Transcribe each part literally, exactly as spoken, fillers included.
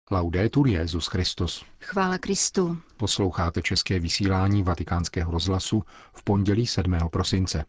Laudetur Jesus Christus. Chvála Kristu. Posloucháte české vysílání Vatikánského rozhlasu v pondělí sedmého prosince.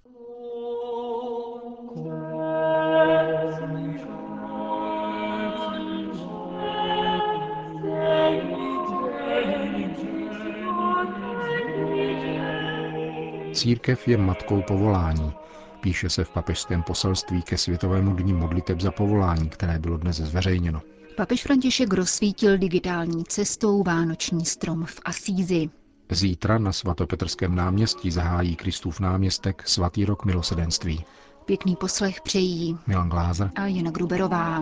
Církev je matkou povolání, píše se v papežském poselství ke Světovému dni modliteb za povolání, které bylo dnes zveřejněno. Papež František rozsvítil digitální cestou vánoční strom v Asízi. Zítra na svatopetrském náměstí zahájí Kristův náměstek svatý rok milosedenství. Pěkný poslech přejí Milan Glázer a Jana Gruberová.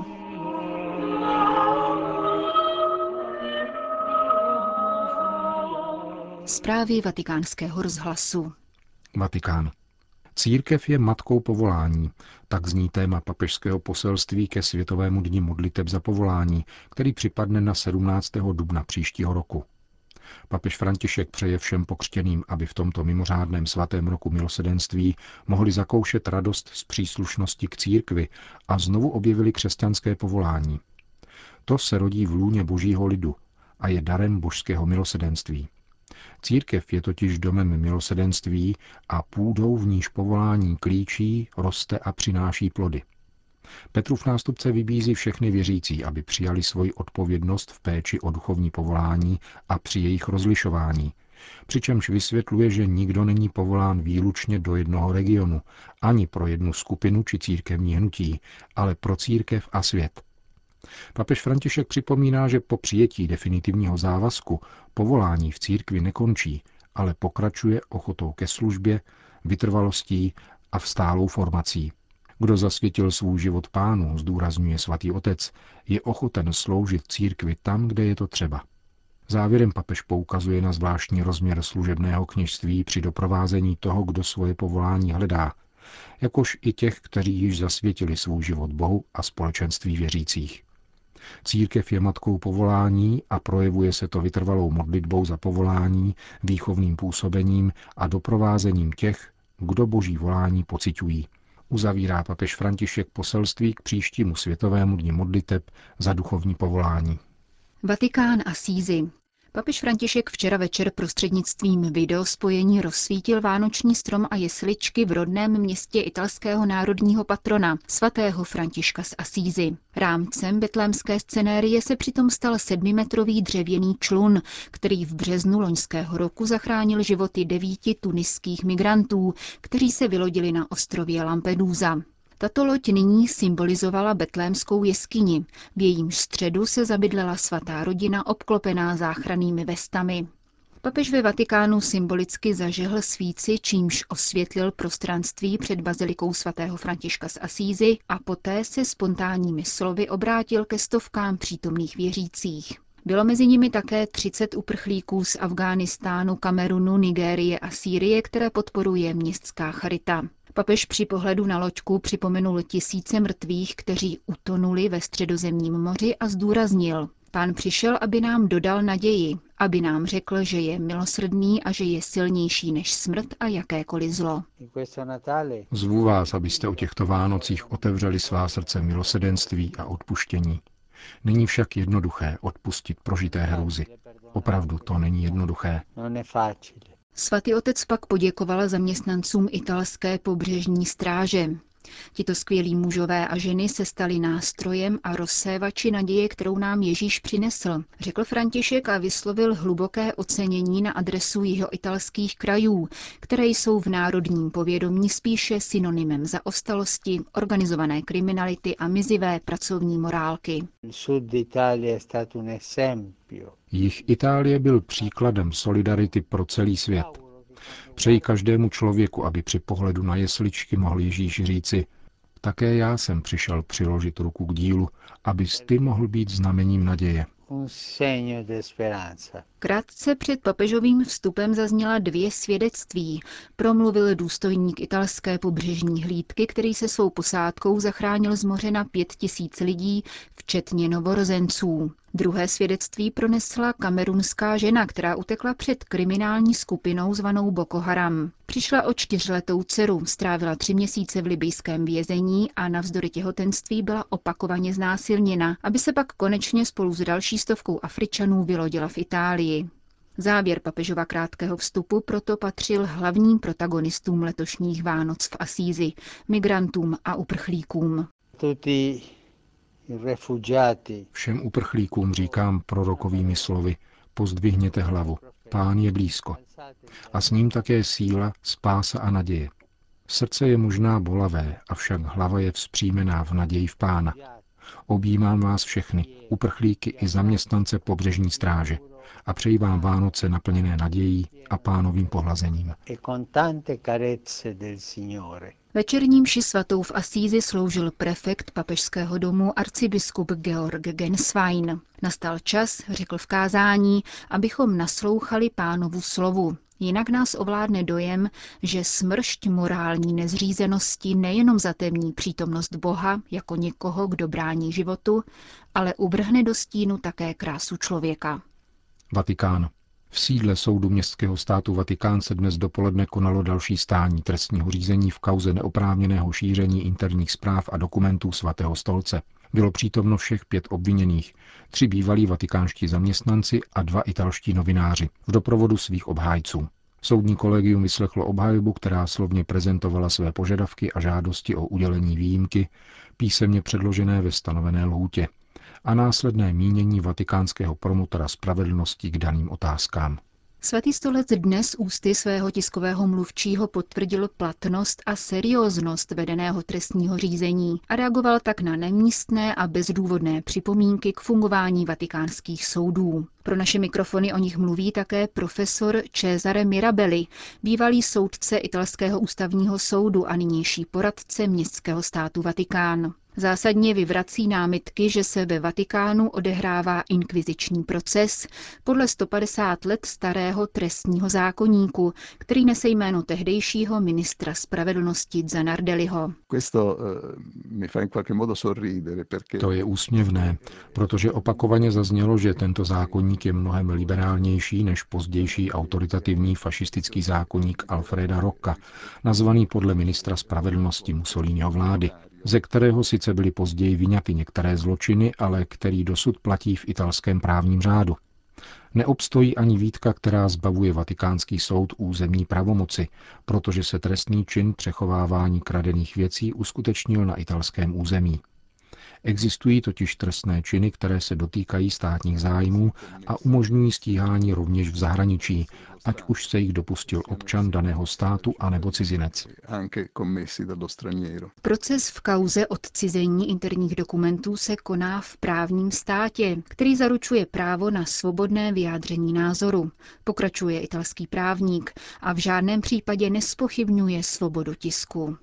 Zprávy Vatikánského rozhlasu. Vatikán. Církev je matkou povolání, tak zní téma papežského poselství ke Světovému dni modliteb za povolání, který připadne na sedmnáctého dubna příštího roku. Papež František přeje všem pokřtěným, aby v tomto mimořádném svatém roku milosedenství mohli zakoušet radost z příslušnosti k církvi a znovu objevili křesťanské povolání. To se rodí v lůně božího lidu a je darem božského milosedenství. Církev je totiž domem milosedenství a půdou, v níž povolání klíčí, roste a přináší plody. Petrův nástupce vybízí všechny věřící, aby přijali svoji odpovědnost v péči o duchovní povolání a při jejich rozlišování, přičemž vysvětluje, že nikdo není povolán výlučně do jednoho regionu, ani pro jednu skupinu či církevní hnutí, ale pro církev a svět. Papež František připomíná, že po přijetí definitivního závazku povolání v církvi nekončí, ale pokračuje ochotou ke službě, vytrvalostí a vstálou formací. Kdo zasvětil svůj život Pánu, zdůrazňuje svatý otec, je ochoten sloužit církvi tam, kde je to třeba. Závěrem papež poukazuje na zvláštní rozměr služebného kněžství při doprovázení toho, kdo svoje povolání hledá, jakož i těch, kteří již zasvětili svůj život Bohu a společenství věřících. Církev je matkou povolání a projevuje se to vytrvalou modlitbou za povolání, výchovným působením a doprovázením těch, kdo boží volání pociťují. Uzavírá papež František poselství k příštímu Světovému dni modliteb za duchovní povolání. Vatikán Asízi. Papež František včera večer prostřednictvím videospojení rozsvítil vánoční strom a jesličky v rodném městě italského národního patrona, svatého Františka z Asízi. Rámcem betlémské scenérie se přitom stal sedmimetrový dřevěný člun, který v březnu loňského roku zachránil životy devíti tuniských migrantů, kteří se vylodili na ostrově Lampedusa. Tato loď nyní symbolizovala betlémskou jeskyni. V jejím středu se zabydlela svatá rodina obklopená záchrannými vestami. Papež ve Vatikánu symbolicky zažehl svíci, čímž osvětlil prostranství před bazilikou svatého Františka z Asízi a poté se spontánními slovy obrátil ke stovkám přítomných věřících. Bylo mezi nimi také třicet uprchlíků z Afghánistánu, Kamerunu, Nigérie a Sýrie, které podporuje městská charita. Papež při pohledu na loďku připomenul tisíce mrtvých, kteří utonuli ve Středozemním moři a zdůraznil: Pán přišel, aby nám dodal naději, aby nám řekl, že je milosrdný a že je silnější než smrt a jakékoliv zlo. Zvu vás, abyste o těchto Vánocích otevřeli svá srdce milosedenství a odpuštění. Není však jednoduché odpustit prožité hrůzy. Opravdu to není jednoduché. Svatý otec pak poděkoval zaměstnancům italské pobřežní stráže. Tito skvělí mužové a ženy se stali nástrojem a rozsévači naděje, kterou nám Ježíš přinesl, řekl František a vyslovil hluboké ocenění na adresu jihoitalských krajů, které jsou v národním povědomí spíše synonymem zaostalosti, organizované kriminality a mizivé pracovní morálky. Jih Itálie byl příkladem solidarity pro celý svět. Přeji každému člověku, aby při pohledu na jesličky mohl Ježíš říci: také já jsem přišel přiložit ruku k dílu, abys ty mohl být znamením naděje. Krátce před papežovým vstupem zazněla dvě svědectví. Promluvil důstojník italské pobřežní hlídky, který se svou posádkou zachránil z moře na pět tisíc lidí, včetně novorozenců. Druhé svědectví pronesla kamerunská žena, která utekla před kriminální skupinou zvanou Boko Haram. Přišla o čtyřletou dceru, strávila tři měsíce v libyjském vězení a navzdory těhotenství byla opakovaně znásilněna, aby se pak konečně spolu s další stovkou Afričanů vylodila v Itálii. Závěr papežova krátkého vstupu proto patřil hlavním protagonistům letošních Vánoc v Asízi, migrantům a uprchlíkům. Všem uprchlíkům říkám prorokovými slovy, pozdvihněte hlavu, Pán je blízko. A s ním také síla, spása a naděje. Srdce je možná bolavé, avšak hlava je vzpřímená v naději v Pána. Objímám vás všechny, uprchlíky i zaměstnance pobřežní stráže, a přeji vám Vánoce naplněné nadějí a Pánovým pohlazením. Večerní mši svatou v Asízi sloužil prefekt papežského domu arcibiskup Georg Genswein. Nastal čas, řekl v kázání, abychom naslouchali Pánovu slovu. Jinak nás ovládne dojem, že smršť morální nezřízenosti nejenom zatemní přítomnost Boha jako někoho, kdo brání životu, ale uvrhne do stínu také krásu člověka. Vatikán. V sídle soudu městského státu Vatikán se dnes dopoledne konalo další stání trestního řízení v kauze neoprávněného šíření interních zpráv a dokumentů svatého stolce. Bylo přítomno všech pět obviněných, tři bývalí vatikánští zaměstnanci a dva italští novináři v doprovodu svých obhájců. Soudní kolegium vyslechlo obhajobu, která slovně prezentovala své požadavky a žádosti o udělení výjimky, písemně předložené ve stanovené lhůtě, a následné mínění vatikánského promotora spravedlnosti k daným otázkám. Svatý stolec dnes ústy svého tiskového mluvčího potvrdil platnost a serióznost vedeného trestního řízení a reagoval tak na nemístné a bezdůvodné připomínky k fungování vatikánských soudů. Pro naše mikrofony o nich mluví také profesor Cesare Mirabelli, bývalý soudce italského ústavního soudu a nynější poradce městského státu Vatikán. Zásadně vyvrací námitky, že se ve Vatikánu odehrává inkviziční proces podle sto padesát let starého trestního zákoníku, který nese jméno tehdejšího ministra spravedlnosti Zanardelliho. To je úsměvné, protože opakovaně zaznělo, že tento zákoník je mnohem liberálnější než pozdější autoritativní fašistický zákoník Alfreda Rocca, nazvaný podle ministra spravedlnosti Mussoliniho vlády, ze kterého sice byly později vyňaty některé zločiny, ale který dosud platí v italském právním řádu. Neobstojí ani výtka, která zbavuje vatikánský soud územní pravomoci, protože se trestný čin přechovávání kradených věcí uskutečnil na italském území. Existují totiž trestné činy, které se dotýkají státních zájmů a umožňují stíhání rovněž v zahraničí, ať už se jich dopustil občan daného státu anebo cizinec. Proces v kauze odcizení interních dokumentů se koná v právním státě, který zaručuje právo na svobodné vyjádření názoru, pokračuje italský právník, a v žádném případě nespochybňuje svobodu tisku.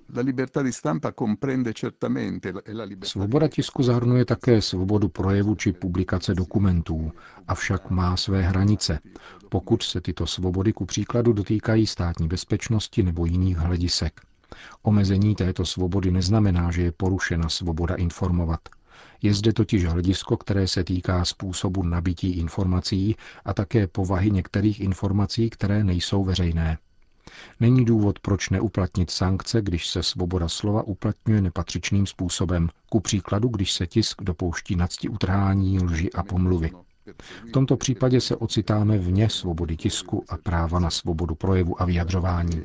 Svoboda tisku zahrnuje také svobodu projevu či publikace dokumentů, avšak má své hranice, pokud se tyto svobody ku příkladu dotýkají státní bezpečnosti nebo jiných hledisek. Omezení této svobody neznamená, že je porušena svoboda informovat. Je zde totiž hledisko, které se týká způsobu nabití informací a také povahy některých informací, které nejsou veřejné. Není důvod, proč neuplatnit sankce, když se svoboda slova uplatňuje nepatřičným způsobem, ku příkladu, když se tisk dopouští nadstiutrhání, lži a pomluvy. V tomto případě se ocitáme vně svobody tisku a práva na svobodu projevu a vyjadřování.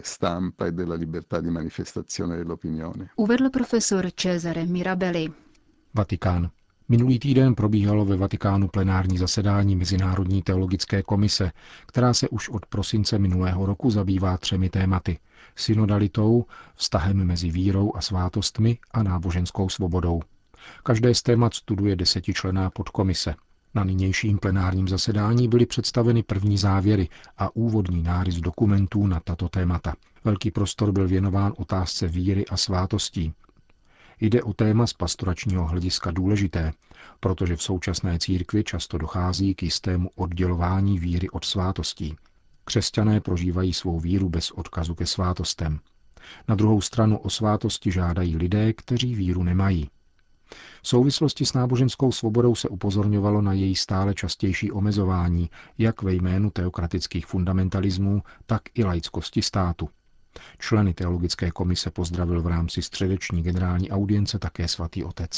Uvedl profesor Cesare Mirabelli. Vatikán. Minulý týden probíhalo ve Vatikánu plenární zasedání Mezinárodní teologické komise, která se už od prosince minulého roku zabývá třemi tématy. Synodalitou, vztahem mezi vírou a svátostmi a náboženskou svobodou. Každé z témat studuje desetičlenná podkomise. Na nynějším plenárním zasedání byly představeny první závěry a úvodní nárys dokumentů na tato témata. Velký prostor byl věnován otázce víry a svátostí. Jde o téma z pastoračního hlediska důležité, protože v současné církvi často dochází k jistému oddělování víry od svátostí. Křesťané prožívají svou víru bez odkazu ke svátostem. Na druhou stranu o svátosti žádají lidé, kteří víru nemají. V souvislosti s náboženskou svobodou se upozorňovalo na její stále častější omezování, jak ve jménu teokratických fundamentalismů, tak i laickosti státu. Členy teologické komise pozdravil v rámci středeční generální audience také svatý otec.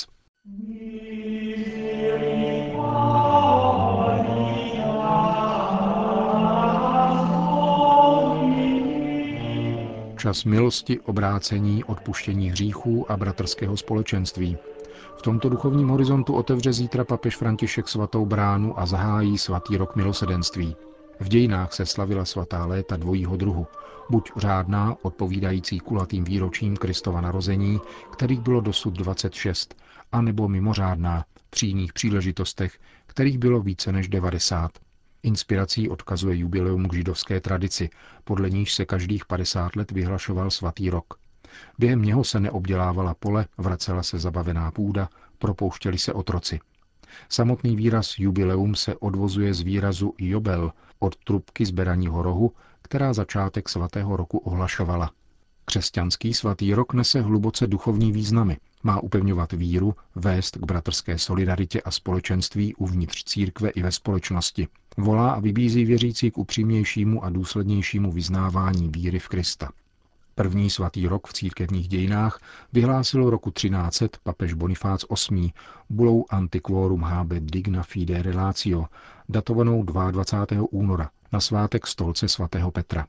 Čas milosti, obrácení, odpuštění hříchů a bratrského společenství. V tomto duchovním horizontu otevře zítra papež František svatou bránu a zahájí svatý rok milosedenství. V dějinách se slavila svatá léta dvojího druhu, buď řádná, odpovídající kulatým výročím Kristova narození, kterých bylo dosud dvacet šest, anebo mimořádná, při jiných příležitostech, kterých bylo více než devadesát. Inspirací odkazuje jubileum k židovské tradici, podle níž se každých padesát let vyhlašoval svatý rok. Během něho se neobdělávala pole, vracela se zabavená půda, propouštěli se otroci. Samotný výraz jubileum se odvozuje z výrazu jobel, od trubky z beraního rohu, která začátek svatého roku ohlašovala. Křesťanský svatý rok nese hluboce duchovní významy, má upevňovat víru, vést k bratrské solidaritě a společenství uvnitř církve i ve společnosti. Volá a vybízí věřící k upřímnějšímu a důslednějšímu vyznávání víry v Krista. První svatý rok v církevních dějinách vyhlásil roku třináct set papež Bonifác osmý bulou Antiquorum habet digna fide relatio, datovanou dvacátého druhého února na svátek stolce svatého Petra.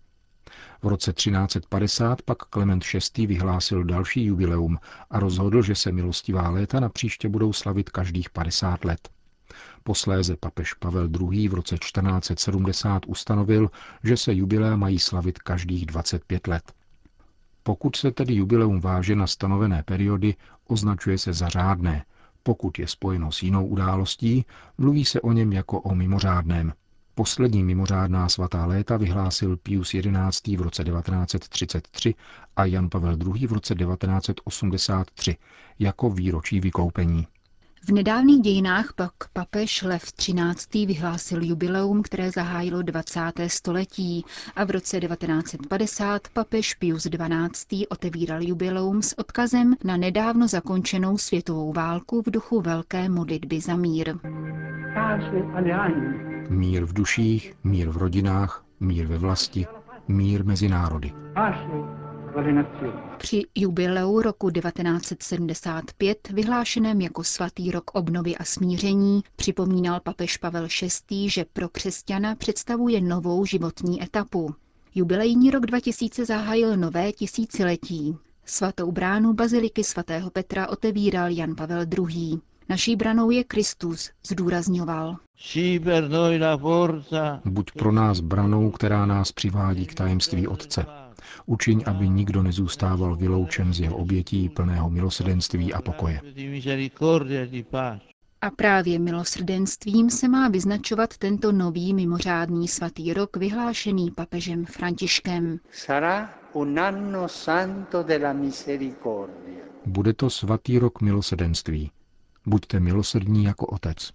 V roce třináct set padesát pak Klement šestý vyhlásil další jubileum a rozhodl, že se milostivá léta napříště budou slavit každých padesát let. Posléze papež Pavel druhý v roce čtrnáct set sedmdesát ustanovil, že se jubilea mají slavit každých dvacet pět let. Pokud se tedy jubileum váže na stanovené periody, označuje se za řádné. Pokud je spojeno s jinou událostí, mluví se o něm jako o mimořádném. Poslední mimořádná svatá léta vyhlásil Pius jedenáctý v roce devatenáct set třicet tři a Jan Pavel druhý v roce devatenáct set osmdesát tři jako výročí vykoupení. V nedávných dějinách pak papež Lev třináctý vyhlásil jubileum, které zahájilo dvacáté století, a v roce devatenáct set padesát papež Pius dvanáctý otevíral jubileum s odkazem na nedávno zakončenou světovou válku v duchu velké modlitby za mír. Mír v duších, mír v rodinách, mír ve vlasti, mír mezi národy. Při jubileu roku devatenáct set sedmdesát pět, vyhlášeném jako svatý rok obnovy a smíření, připomínal papež Pavel šestý, že pro křesťana představuje novou životní etapu. Jubilejní rok dva tisíce zahájil nové tisíciletí. Svatou bránu baziliky svatého Petra otevíral Jan Pavel druhý. Naší branou je Kristus, zdůrazňoval. Buď pro nás branou, která nás přivádí k tajemství Otce. Učiň, aby nikdo nezůstával vyloučen z jeho obětí plného milosrdenství a pokoje. A právě milosrdenstvím se má vyznačovat tento nový mimořádný svatý rok vyhlášený papežem Františkem. Bude to svatý rok milosrdenství. Buďte milosrdní jako Otec.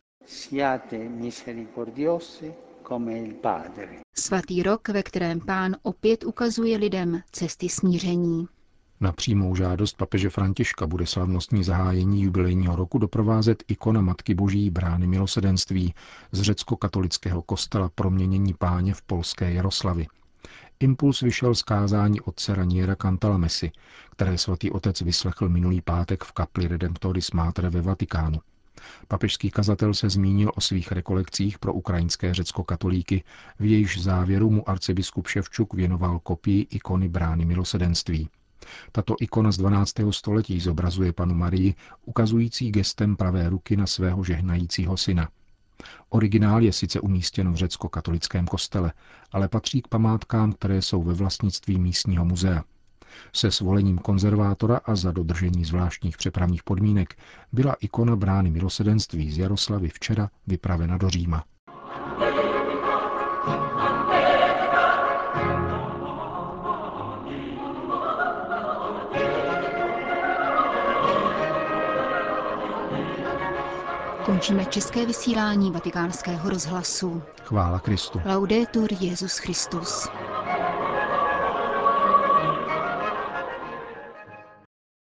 Svatý rok, ve kterém Pán opět ukazuje lidem cesty smíření. Na přímou žádost papeže Františka bude slavnostní zahájení jubilejního roku doprovázet ikona Matky Boží Brány milosrdenství z řecko-katolického kostela Proměnění Páně v polské Jaroslavi. Impuls vyšel z kázání otce Raniera Cantalamessy, které svatý otec vyslechl minulý pátek v kapli Redemptoris Mater ve Vatikánu. Papežský kazatel se zmínil o svých rekolekcích pro ukrajinské řecko-katolíky, v jejíž závěru mu arcibiskup Ševčuk věnoval kopii ikony Brány milosrdenství. Tato ikona z dvanáctého století zobrazuje Pannu Marii, ukazující gestem pravé ruky na svého žehnajícího syna. Originál je sice umístěn v řecko-katolickém kostele, ale patří k památkám, které jsou ve vlastnictví místního muzea. Se svolením konzervátora a za dodržení zvláštních přepravních podmínek byla ikona Brány milosrdenství z Jaroslavy včera vypravena do Říma. Končíme české vysílání Vatikánského rozhlasu. Chvála Kristu. Laudetur Jesus Christus.